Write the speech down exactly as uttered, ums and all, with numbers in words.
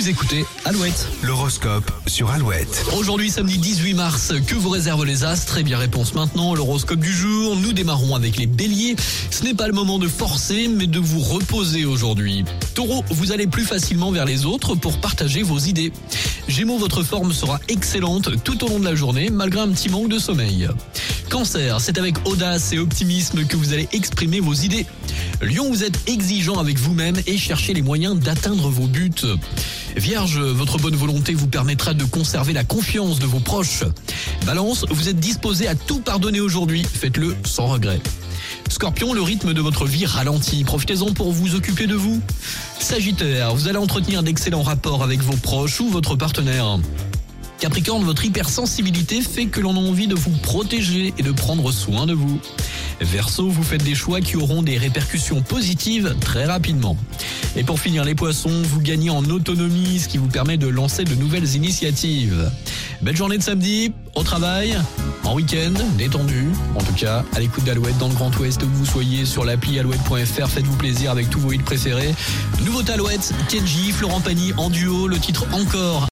Vous écoutez Alouette. L'horoscope sur Alouette. Aujourd'hui, samedi dix-huit mars, que vous réservent les astres? Eh bien, réponse maintenant, l'horoscope du jour. Nous démarrons avec les béliers. Ce n'est pas le moment de forcer, mais de vous reposer aujourd'hui. Taureau, vous allez plus facilement vers les autres pour partager vos idées. Gémeaux, votre forme sera excellente tout au long de la journée, malgré un petit manque de sommeil. Cancer, c'est avec audace et optimisme que vous allez exprimer vos idées. Lion, vous êtes exigeant avec vous-même et cherchez les moyens d'atteindre vos buts. Vierge, votre bonne volonté vous permettra de conserver la confiance de vos proches. Balance, vous êtes disposé à tout pardonner aujourd'hui, faites-le sans regret. Scorpion, le rythme de votre vie ralentit, profitez-en pour vous occuper de vous. Sagittaire, vous allez entretenir d'excellents rapports avec vos proches ou votre partenaire. Capricorne, votre hypersensibilité fait que l'on a envie de vous protéger et de prendre soin de vous. Verseau, vous faites des choix qui auront des répercussions positives très rapidement. Et pour finir les poissons, vous gagnez en autonomie, ce qui vous permet de lancer de nouvelles initiatives. Belle journée de samedi, au travail, en week-end, détendu. En tout cas, à l'écoute d'Alouette dans le Grand Ouest, où que vous soyez, sur l'appli alouette point f r, faites-vous plaisir avec tous vos hits préférés. Nouveau Alouette, Kenji, Florent Pagny en duo, le titre Encore.